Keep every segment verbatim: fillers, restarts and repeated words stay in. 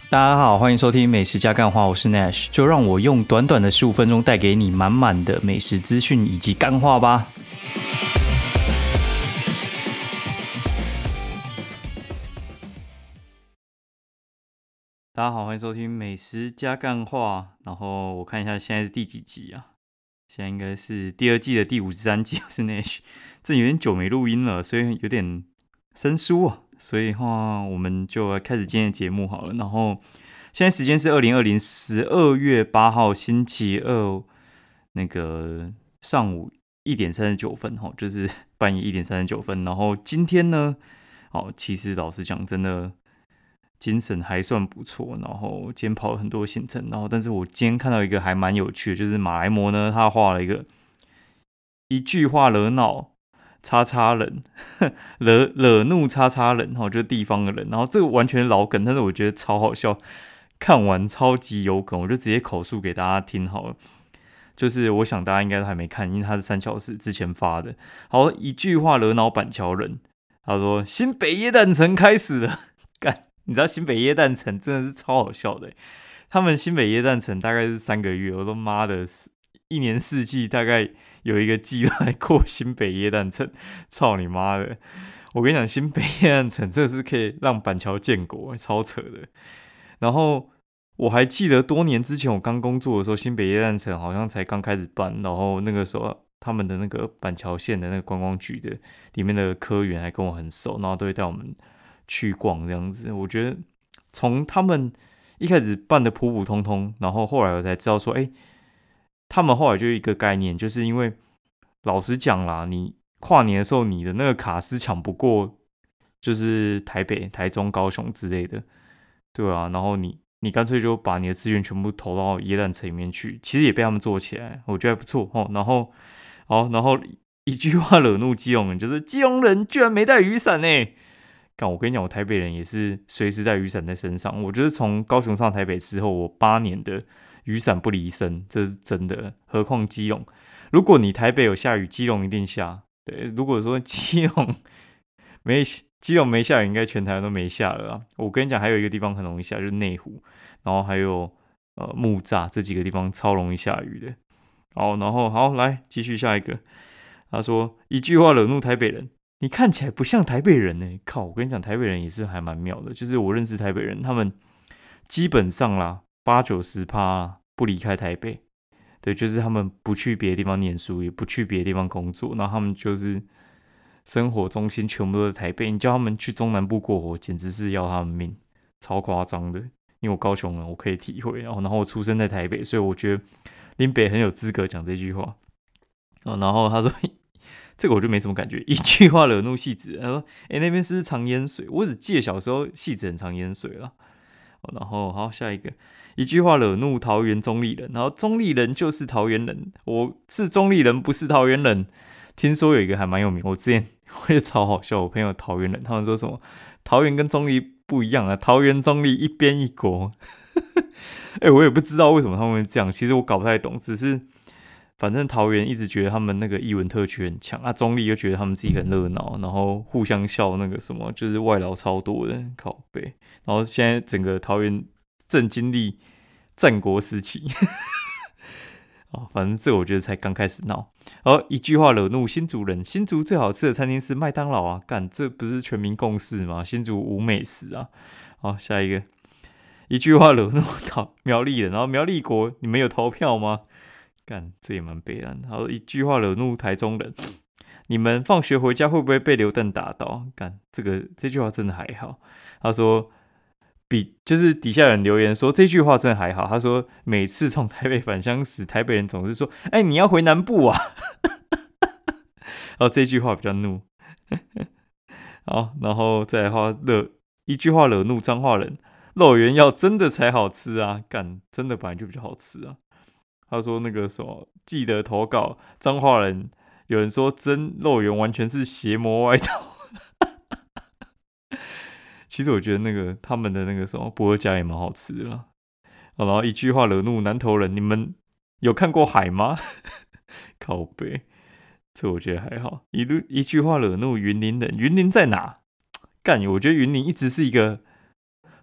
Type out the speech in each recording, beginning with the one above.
大家好，欢迎收听美食加干话，我是 Nash， 就让我用短短的十五分钟带给你满满的美食资讯以及干话吧。大家好，欢迎收听美食加干话。然后我看一下现在是第几集啊？现在应该是第二季的第五十三集，我是 Nash。这有点久没录音了，所以有点生疏啊。所以话，我们就来开始今天的节目好了。然后现在时间是二零二零十二月八号星期二，那个上午一点三十九分，就是半夜一点三十九分。然后今天呢，哦，其实老实讲，真的精神还算不错。然后今天跑了很多行程，然后但是我今天看到一个还蛮有趣的，就是马来貘呢，他画了一个一句话惹恼叉叉人，惹惹怒叉叉人，就是地方的人。然后这个完全是老梗，但是我觉得超好笑，看完超级有梗，我就直接口述给大家听好了。就是我想大家应该都还没看，因为他是三小时之前发的。好，一句话惹恼板桥人，他说新北耶诞城开始了，干，你知道新北耶诞城真的是超好笑的，他们新北耶诞城大概是三个月，我都妈的，一年四季大概有一个季都来过新北耶诞城，操你妈的！我跟你讲，新北耶诞城真的是可以让板桥建国，超扯的。然后我还记得多年之前我刚工作的时候，新北耶诞城好像才刚开始办，然后那个时候他们的那个板桥县的那个观光局的里面的科员还跟我很熟，然后都会带我们去逛这样子。我觉得从他们一开始办的普普通通，然后后来我才知道说，哎、欸。他们后来就有一个概念，就是因为老实讲啦，你跨年的时候你的那个卡司抢不过，就是台北、台中、高雄之类的，对啊，然后你你干脆就把你的资源全部投到耶诞城里面去，其实也被他们做起来，我觉得还不错哦。然后好，然后一句话惹怒基隆人，就是基隆人居然没带雨伞呢。干，我跟你讲，我台北人也是随时带雨伞在身上。我觉得从高雄上台北之后，我八年的雨伞不离身，这是真的。何况基隆，如果你台北有下雨，基隆一定下。对，如果说基隆没基隆没下雨，应该全台湾都没下了啦。我跟你讲，还有一个地方很容易下，就是内湖，然后还有呃木栅这几个地方超容易下雨的。好，然后好来继续下一个。他说一句话惹怒台北人，你看起来不像台北人呢。靠，我跟你讲，台北人也是还蛮妙的，就是我认识台北人，他们基本上啦。八九十趴不离开台北，对，就是他们不去别的地方念书，也不去别的地方工作，然后他们就是生活中心全部都在台北。你叫他们去中南部过活，简直是要他们命，超夸张的。因为我高雄人，我可以体会。然后，然后我出生在台北，所以我觉得林北很有资格讲这句话。然后他说，这个我就没什么感觉，一句话惹怒戏子。他说，哎、欸，那边是不是常淹水？我只记得小时候戏子很常淹水啦。然后好，下一个，一句话惹怒桃园中立人，然后中立人就是桃园人，我是中立人，不是桃园人。听说有一个还蛮有名，我之前我觉得超好笑，我朋友桃园人，他们说什么桃园跟中立不一样啊，桃园中立一边一国。哎、欸，我也不知道为什么他们会这样，其实我搞不太懂，只是反正桃园一直觉得他们那个艺文特区很强啊，中立又觉得他们自己很热闹，然后互相笑那个什么，就是外劳超多的靠北。然后现在整个桃园正经历战国时期。哦，反正这我觉得才刚开始闹。然后一句话惹怒新竹人，新竹最好吃的餐厅是麦当劳啊！干，这不是全民共识吗？新竹无美食啊！好，下一个，一句话惹怒苗栗人，然后苗栗国你们有投票吗？干，这也蛮悲哀的。好，一句话惹怒台中人，你们放学回家会不会被流弹打到？干，这个这句话真的还好。他说。比就是底下人留言说这句话真的还好，他说每次从台北返乡时，台北人总是说：“哎、欸，你要回南部啊！”然后这句话比较怒。好，然后再来的话惹一句话惹怒彰化人，肉圆要真的才好吃啊！干，真的本来就比较好吃啊。他说那个什么，记得投稿彰化人，有人说真肉圆完全是邪魔歪道。其实我觉得那个他们的那个什么不二家也蛮好吃的啦。然后一句话惹怒南投人，你们有看过海吗？靠北，这我觉得还好。一一句话惹怒云林人，云林在哪？干，我觉得云林一直是一个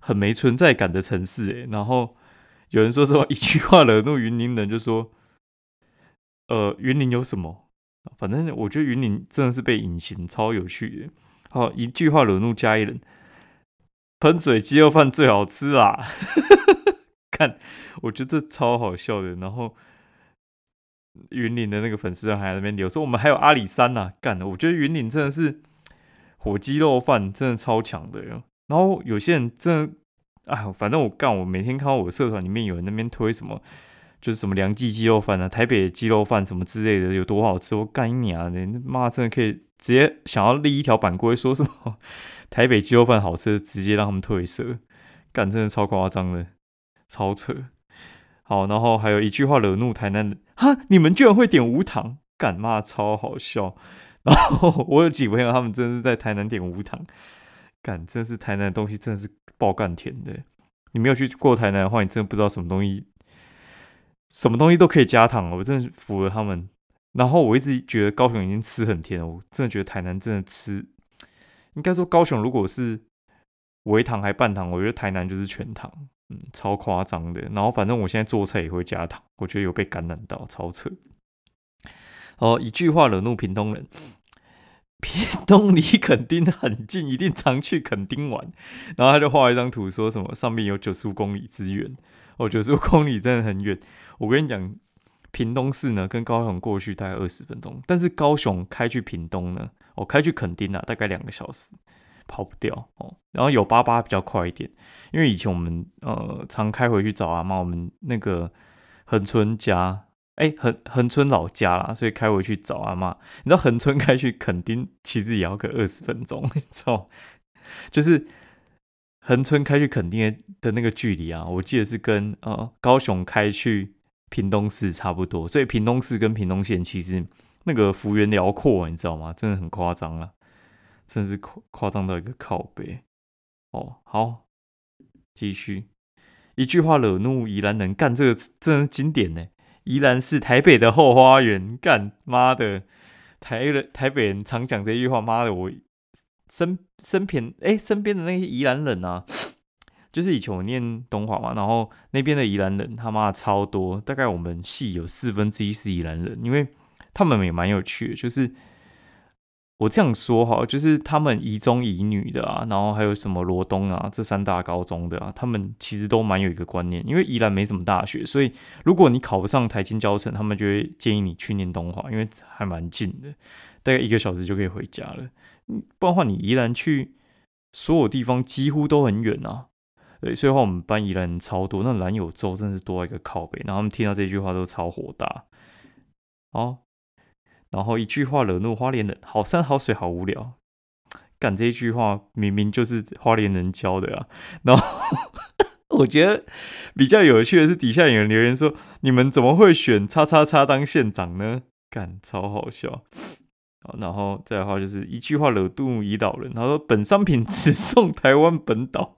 很没存在感的城市诶。然后有人说什么一句话惹怒云林人，就说呃云林有什么？反正我觉得云林真的是被隐形，超有趣的。好，一句话惹怒嘉义人，喷水鸡肉饭最好吃啦！看，我觉得这超好笑的。然后云林的那个粉丝还在那边留说，我们还有阿里山呐、啊，干的。我觉得云林真的是火鸡肉饭真的超强的哟。然后有些人真的，哎，反正我干，我每天看到我社团里面有人那边推什么，就是什么梁记鸡肉饭啊、台北鸡肉饭什么之类的，有多好吃，我干一年啊！妈，真的可以直接想要立一条版规，说什么台北鸡肉饭好吃，直接让他们退社，干真的超夸张的，超扯。好，然后还有一句话惹怒台南人，哈，你们居然会点无糖，干妈超好笑。然后我有几个朋友，他们真的是在台南点无糖，干，真的是台南的东西真的是爆干甜的。你没有去过台南的话，你真的不知道什么东西，什么东西都可以加糖，我真的服了他们。然后我一直觉得高雄已经吃很甜了，我真的觉得台南真的吃，应该说高雄如果是微糖还半糖，我觉得台南就是全糖。嗯，超夸张的。然后反正我现在做菜也会加糖，我觉得有被感染到，超扯。哦，一句话惹怒屏东人，屏东离垦丁很近，一定常去垦丁玩。然后他就画一张图，说什么上面有九十五公里之远。哦，九十五公里真的很远。我跟你讲，屏东市呢跟高雄过去大概二十分钟，但是高雄开去屏东呢，哦，开去垦丁啊，大概两个小时。跑不掉哦，然后有八八比较快一点，因为以前我们呃常开回去找阿妈，我们那个恒春家，哎、欸、恒恒春老家啦，所以开回去找阿妈。你知道恒春开去垦丁其实也要个二十分钟，你知道？就是恒春开去垦丁的那个距离啊，我记得是跟呃高雄开去屏东市差不多，所以屏东市跟屏东县其实那个幅员辽阔，你知道吗？真的很夸张啊。真是夸张到一个靠北哦！好，继续一句话惹怒宜兰人，干这个真是经典呢。宜兰是台北的后花园，干妈的台人台北人常讲这句话，妈的我身身边哎身边的那些宜兰人啊，就是以前我念东华嘛，然后那边的宜兰人他妈的超多，大概我们系有四分之一是宜兰人，因为他们也蛮有趣的，就是。我这样说哈，就是他们宜中宜女的啊，然后还有什么罗东啊，这三大高中的啊，他们其实都蛮有一个观念，因为宜兰没什么大学，所以如果你考不上台清交成，他们就会建议你去念东华，因为还蛮近的，大概一个小时就可以回家了。不然的话，你宜兰去所有地方几乎都很远啊。对，所以的话我们班宜兰人超多，那兰友州真的是多一个靠北，然后他们听到这句话都超火大。哦。然后一句话惹怒花莲人，好山好水好无聊。干这一句话明明就是花莲人教的啊。然后我觉得比较有趣的是，底下有人留言说：“你们怎么会选叉叉叉当县长呢？”干超好笑。然后再来的话就是一句话惹怒胰岛人，他说：“本商品只送台湾本岛。”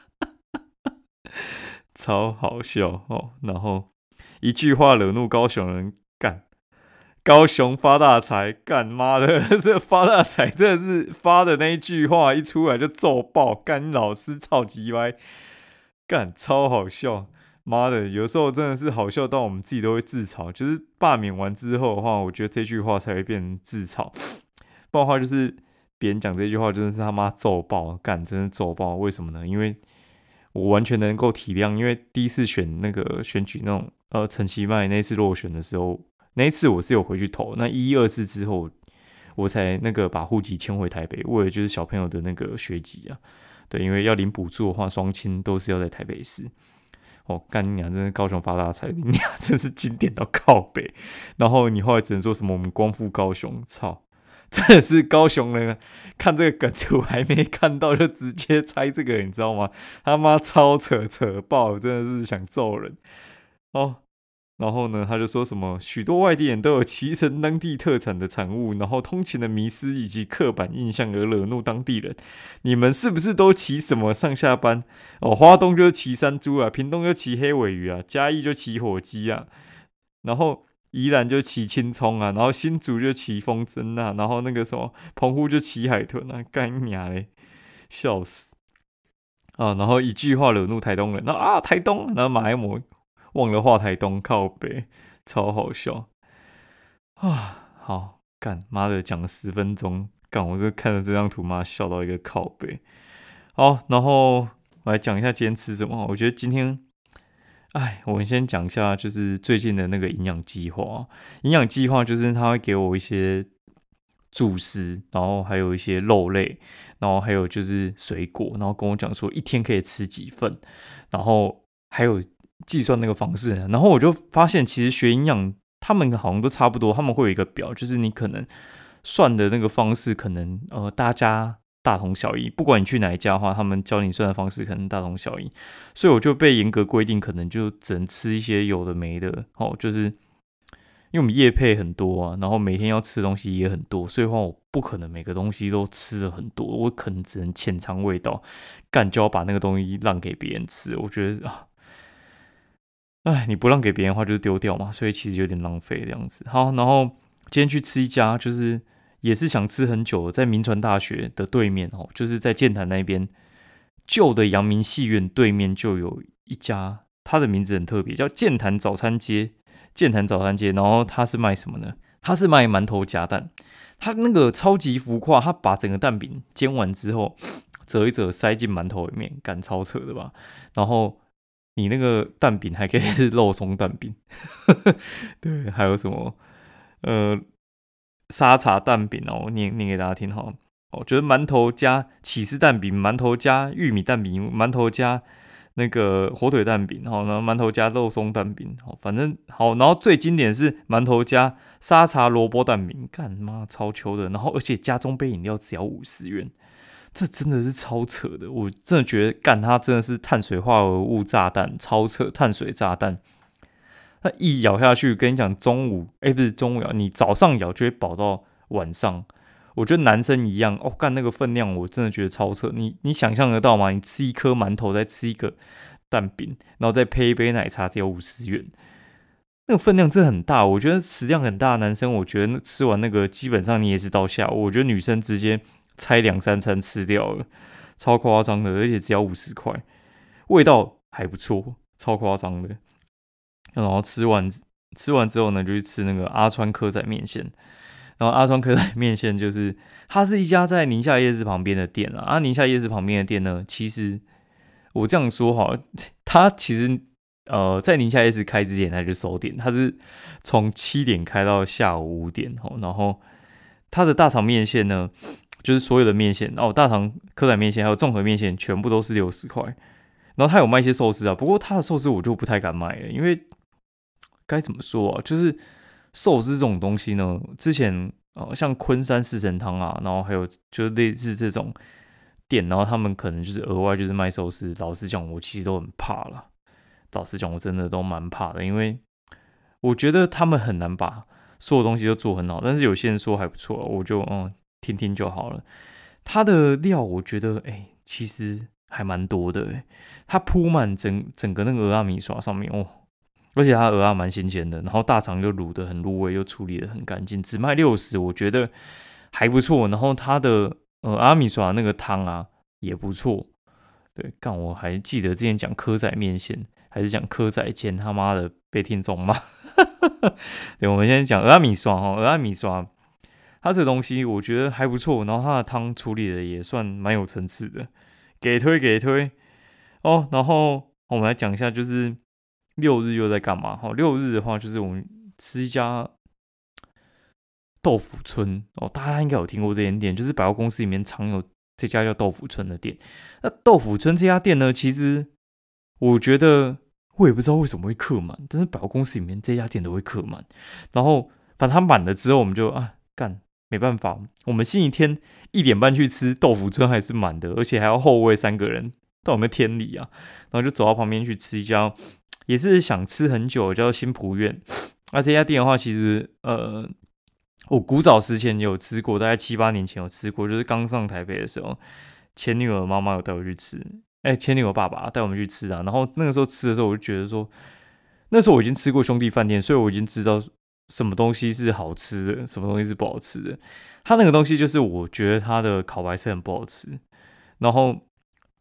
超好笑哦。然后一句话惹怒高雄人，干。高雄发大财，干妈的，这发大财真的是发的那一句话一出来就揍爆，干老师超级歪，干超好笑，妈的，有时候真的是好笑到我们自己都会自嘲。就是罢免完之后的话，我觉得这句话才会变成自嘲，不然的话就是别人讲这句话真的是他妈揍爆，干真的揍爆。为什么呢？因为我完全能够体谅，因为第一次选那个选举那种呃陈其迈那次落选的时候。那一次我是有回去投，那一二次之后，我才那个把户籍迁回台北，为了就是小朋友的那个学籍啊，对，因为要领补助的话，双亲都是要在台北市。哦，干你娘，真是高雄发大财，你娘真是经典到靠北。然后你后来只能说什么我们光复高雄，操，真的是高雄人看这个梗图还没看到就直接猜这个，你知道吗？他妈超扯扯爆，真的是想揍人哦。然后呢，他就说什么许多外地人都有骑乘当地特产的产物，然后通勤的迷思以及刻板印象而惹怒当地人。你们是不是都骑什么上下班？哦，花东就是骑山猪啊，屏东就骑黑尾鱼啊，嘉义就骑火鸡啊，然后宜兰就骑青葱啊，然后新竹就骑风筝啊，然后那个什么澎湖就骑海豚啊，干娘嘞，笑死！ 啊，然后一句话惹怒台东人，然后啊台东，然后马来貘忘了画台东靠北，超好笑啊！好干妈的讲了十分钟，干我这看着这张图妈笑到一个靠北。好，然后我来讲一下今天吃什么。我觉得今天，哎，我们先讲一下就是最近的那个营养计划。营养计划就是他会给我一些主食，然后还有一些肉类，然后还有就是水果，然后跟我讲说一天可以吃几份，然后还有计算那个方式。然后我就发现，其实学营养他们好像都差不多，他们会有一个表，就是你可能算的那个方式，可能呃大家大同小异。不管你去哪一家的话，他们教你算的方式可能大同小异。所以我就被严格规定，可能就只能吃一些有的没的哦，就是因为我们业配很多啊，然后每天要吃的东西也很多，所以话我不可能每个东西都吃了很多，我可能只能浅尝味道，干就要把那个东西让给别人吃。我觉得啊，哎，你不让给别人的话就是丢掉嘛，所以其实有点浪费这样子。好，然后今天去吃一家，就是也是想吃很久，在民传大学的对面哦，就是在剑潭那边旧的阳明戏院对面就有一家，它的名字很特别，叫剑潭早餐街。剑潭早餐街，然后它是卖什么呢？它是卖馒头夹蛋，它那个超级浮夸，它把整个蛋饼煎完之后，折一折塞进馒头里面，干超扯的吧？然后你那个蛋饼还可以是肉松蛋饼，对，还有什么呃沙茶蛋饼哦，我念念给大家听好了。哦，就是馒头加起司蛋饼，馒头加玉米蛋饼，馒头加那个火腿蛋饼，然后呢馒头加肉松蛋饼，好，反正好，然后最经典的是馒头加沙茶萝卜蛋饼，干妈超秋的，然后而且加中杯饮料只要五十元，这真的是超扯的，我真的觉得干它真的是碳水化合物炸弹，超扯碳水炸弹。它一咬下去，跟你讲，中午哎、欸、不是中午咬，你早上咬就会饱到晚上。我觉得男生一样哦，干那个分量，我真的觉得超扯。你你想象得到吗？你吃一颗馒头，再吃一个蛋饼，然后再配一杯奶茶，只有五十元，那个分量真的很大。我觉得食量很大的男生，我觉得吃完那个基本上你也是到下午。我觉得女生直接拆两三餐吃掉了，超夸张的，而且只要五十块，味道还不错，超夸张的。然后吃完吃完之后呢，就去吃那个阿川蚵仔面线。然后阿川蚵仔面线就是它是一家在宁夏夜市旁边的店啊。啊，宁夏夜市旁边的店呢，其实我这样说哈，它其实呃在宁夏夜市开之前它就收店，它是从七点开到下午五点哦。然后它的大肠面线呢，就是所有的面线哦，大肠蚵仔面线还有综合面线全部都是六十块。然后它有卖一些寿司啊，不过它的寿司我就不太敢买了，因为该怎么说啊，就是寿司这种东西呢，之前呃像昆山四神汤啊，然后还有就是类似这种店，然后他们可能就是额外就是卖寿司。老实讲，我其实都很怕啦。老实讲，我真的都蛮怕的，因为我觉得他们很难把所有东西都做很好。但是有些人说还不错，我就嗯听听就好了。它的料我觉得哎、欸，其实还蛮多的哎、欸，它铺满整整个那个鹅阿米刷上面哦。而且它鹅啊蛮新鲜的，然后大肠又卤的很入味，又处理的很干净，只卖六十，我觉得还不错。然后它的呃阿米耍那个汤啊也不错，对，干我还记得之前讲蚵仔面线，还是讲蚵仔煎，他妈的被听众骂。对，我们现在讲鹅阿米刷哈，鹅阿米刷，它这个东西我觉得还不错，然后它的汤处理的也算蛮有层次的，给推给推哦。然后我们来讲一下，就是六日又在干嘛？哈，六日的话就是我们吃一家豆腐村哦，大家应该有听过这间店，就是百货公司里面常有这家叫豆腐村的店。那豆腐村这家店呢，其实我觉得我也不知道为什么会客满，但是百货公司里面这家店都会客满。然后把它满了之后，我们就啊干没办法，我们星期天一点半去吃豆腐村还是满的，而且还要后位三个人，到有没有天理啊？然后就走到旁边去吃一家。也是想吃很久，叫新浦苑。那这家店的话，其实呃，我古早时前有吃过，大概七八年前有吃过，就是刚上台北的时候，前女友妈妈有带我去吃，哎、欸，前女友爸爸带我们去吃啊。然后那个时候吃的时候，我就觉得说，那时候我已经吃过兄弟饭店，所以我已经知道什么东西是好吃的，什么东西是不好吃的。他那个东西就是我觉得他的烤白菜很不好吃，然后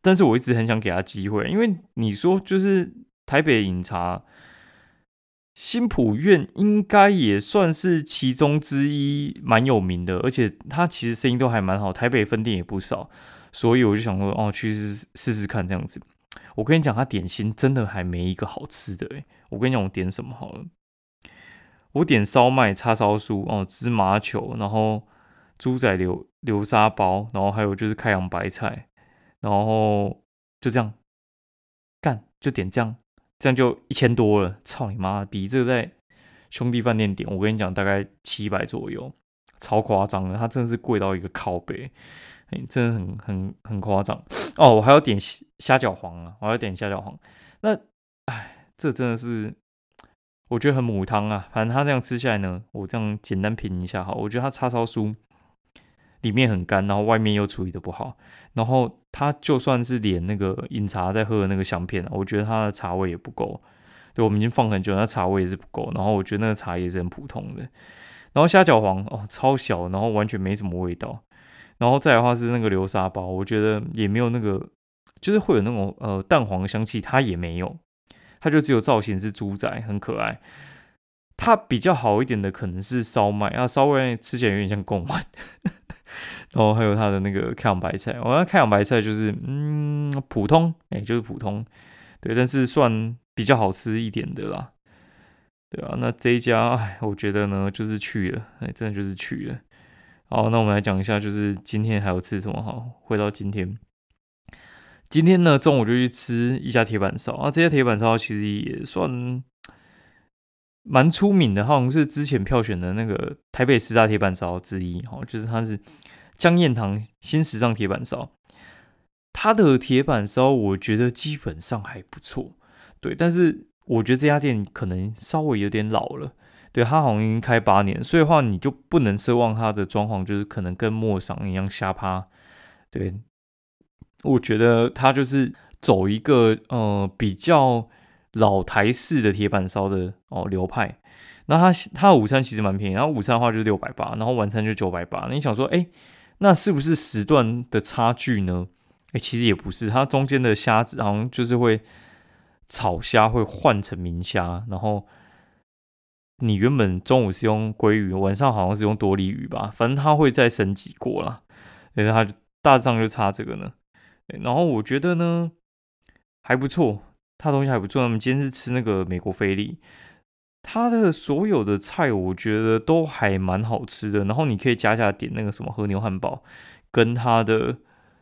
但是我一直很想给他机会，因为你说就是台北饮茶，新埔苑应该也算是其中之一，蛮有名的，而且它其实生意都还蛮好，台北分店也不少，所以我就想说，哦，去试试试看这样子。我跟你讲，它点心真的还没一个好吃的诶。我跟你讲，我点什么好了？我点烧麦、叉烧酥哦，芝麻球，然后猪仔流流沙包，然后还有就是开阳白菜，然后就这样干，就点这样，这样就一千多了。操你妈，比这个在兄弟饭店点，我跟你讲大概七百左右，超夸张的，它真的是贵到一个靠背。欸、真的很很很夸张哦！我还要点虾饺皇啊，我还要点虾饺皇。那哎，这真的是我觉得很母汤啊。反正它这样吃下来呢，我这样简单评一下好，我觉得它叉烧酥里面很干，然后外面又处理的不好，然后它就算是连那个饮茶在喝的那个香片啊，我觉得它的茶味也不够。对，我们已经放很久，那茶味也是不够，然后我觉得那个茶也是很普通的。然后虾饺皇哦，超小，然后完全没什么味道。然后再来的话是那个流沙包，我觉得也没有那个，就是会有那种呃蛋黄的香气，它也没有，它就只有造型是猪仔，很可爱。它比较好一点的可能是烧麦啊，烧麦吃起来有点像贡丸，然后还有它的那个开阳白菜，我那开阳白菜就是嗯普通，哎、欸、就是普通，对，但是算比较好吃一点的啦，对啊，那这一家哎，我觉得呢就是去了，哎、欸、真的就是去了。好，那我们来讲一下，就是今天还有吃什么？好，回到今天，今天呢中午就去吃一家铁板烧啊。这家铁板烧其实也算蛮出名的，好像是之前票选的那个台北十大铁板烧之一。哈，就是它是江燕堂新时尚铁板烧。它的铁板烧我觉得基本上还不错，对，但是我觉得这家店可能稍微有点老了。对，它好像已经开八年，所以的话你就不能奢望它的装潢就是可能跟陌赏一样瞎趴。对，我觉得它就是走一个呃比较老台式的铁板烧的哦流派。那它它的午餐其实蛮便宜，然后午餐的话就是六百八，然后晚餐就九百八。你想说，哎，那是不是时段的差距呢？哎，其实也不是，它中间的虾子好像就是会炒虾会换成明虾，然后。你原本中午是用鲑鱼，晚上好像是用多利鱼吧，反正它会再升级过啦。对，它大致上就差这个呢。然后我觉得呢还不错，它东西还不错。我们今天是吃那个美国菲力，它的所有的菜我觉得都还蛮好吃的。然后你可以加价点那个什么和牛汉堡，跟它的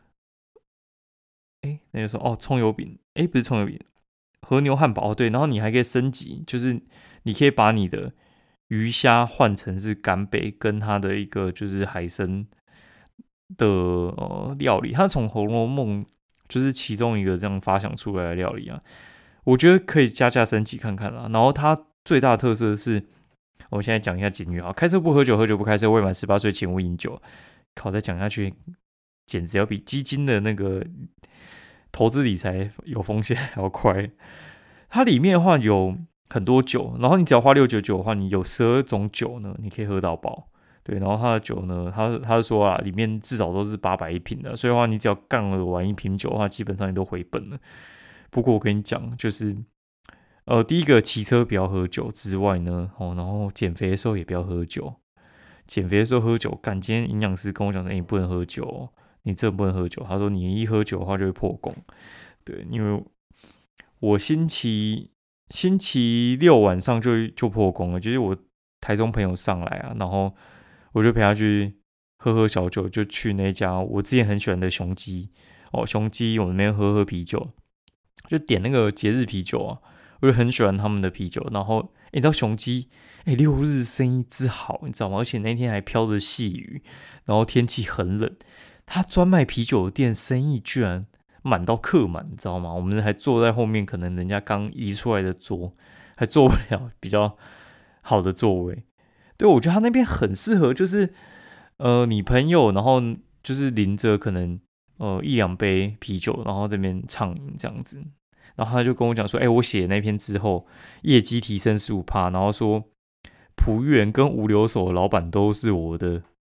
哎那就说哦葱油饼，哎不是葱油饼，和牛汉堡对，然后你还可以升级，就是你可以把你的鱼虾换成是干贝，跟它的一个就是海参的呃料理，它从《红楼梦》就是其中一个这样发想出来的料理啊，我觉得可以加价升级看看啦。然后它最大的特色是，我现在讲一下警语啊，开车不喝酒，喝酒不开车，未满十八岁请勿饮酒。靠，再讲下去，简直要比基金的那个投资理财有风险还要快。它里面的话有很多酒，然后你只要花六九九的话，你有十二种酒呢，你可以喝到饱。对，然后它的酒呢，他他是说啊，里面至少都是八百一瓶的，所以的话，你只要干了完一瓶酒的话，基本上你都回本了。不过我跟你讲，就是呃，第一个骑车不要喝酒之外呢，哦，然后减肥的时候也不要喝酒。减肥的时候喝酒，干，今天营养师跟我讲说，欸，你不能喝酒哦，你真的不能喝酒。他说你一喝酒的话就会破功。对，因为我星期星期六晚上就就破功了，就是我台中朋友上来啊，然后我就陪他去喝喝小酒，就去那家我之前很喜欢的雄鸡哦，雄鸡我们那边喝喝啤酒，就点那个节日啤酒啊，我就很喜欢他们的啤酒。然后，欸，你知道雄鸡，欸，六日生意之好，你知道吗？而且那天还飘着细雨，然后天气很冷，他专卖啤酒的店生意居然满到客满，你知道吗？我们还坐在后面，可能人家刚移出来的桌，还坐不了比较好的座位。对，我觉得他那边很适合，就是呃，你朋友，然后就是淋着可能呃一两杯啤酒，然后这边畅饮这样子。然后他就跟我讲说，哎、欸，我写那篇之后，业绩提升十五趴，然后说璞园跟五留守的老板都是我的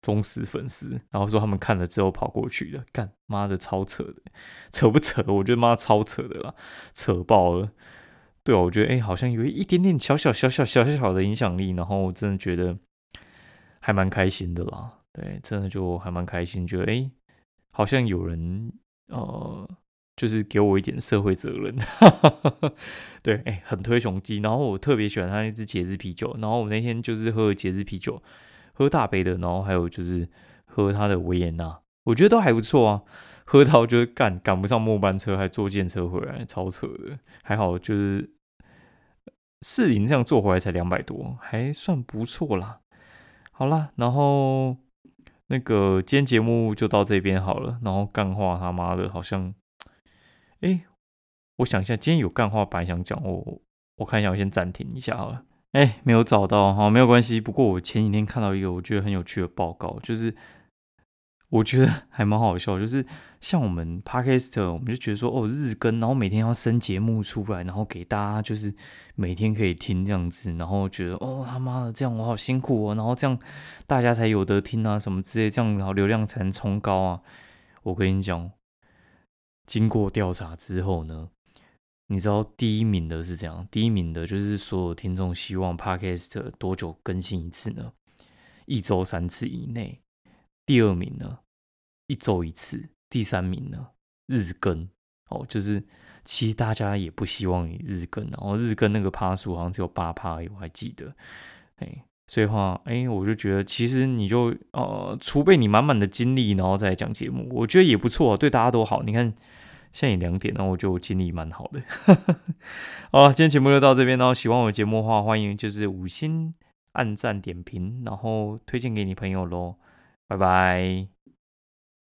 忠实粉丝，然后说他们看了之后跑过去的，干妈的超扯的，扯不扯？我觉得妈超扯的啦，扯爆了。对啊，我觉得哎、欸，好像有一点点小小小小小小的影响力，然后我真的觉得还蛮开心的啦。对，真的就还蛮开心，觉得哎、欸，好像有人呃，就是给我一点社会责任。对，哎、欸，很推崇基，然后我特别喜欢他那支节日啤酒，然后我那天就是喝节日啤酒。喝大杯的，然后还有就是喝他的维也纳，我觉得都还不错啊。喝到就是赶赶不上末班车，还坐电车回来，超扯的。还好就是士林这样坐回来才两百多，还算不错啦。好啦，然后那个今天节目就到这边好了。然后干话他妈的，好像哎、欸，我想一下，今天有干话本来想讲，我我看一下，我先暂停一下好了。哎、欸，没有找到，好，没有关系。不过我前几天看到一个我觉得很有趣的报告，就是我觉得还蛮好笑，就是像我们 Podcast， 我们就觉得说哦日更，然后每天要生节目出来，然后给大家就是每天可以听这样子，然后觉得哦他妈的这样我好辛苦哦，然后这样大家才有得听啊什么之类，这样然后流量才能冲高啊。我跟你讲，经过调查之后呢。你知道第一名的是怎样？第一名的就是所有听众希望 Podcast 多久更新一次呢？一周三次以内。第二名呢，一周一次。第三名呢，日更。哦，就是其实大家也不希望你日更，然后日更那个趴数好像只有八趴，我还记得。哎，所以话，哎，我就觉得其实你就呃储备你满满的精力，然后再讲节目，我觉得也不错，对大家都好。你看。现在也两点，然后我就精力蛮好的。好了，今天节目就到这边，然后喜欢我的节目的话，欢迎就是五星按赞点评，然后推荐给你朋友咯。拜拜。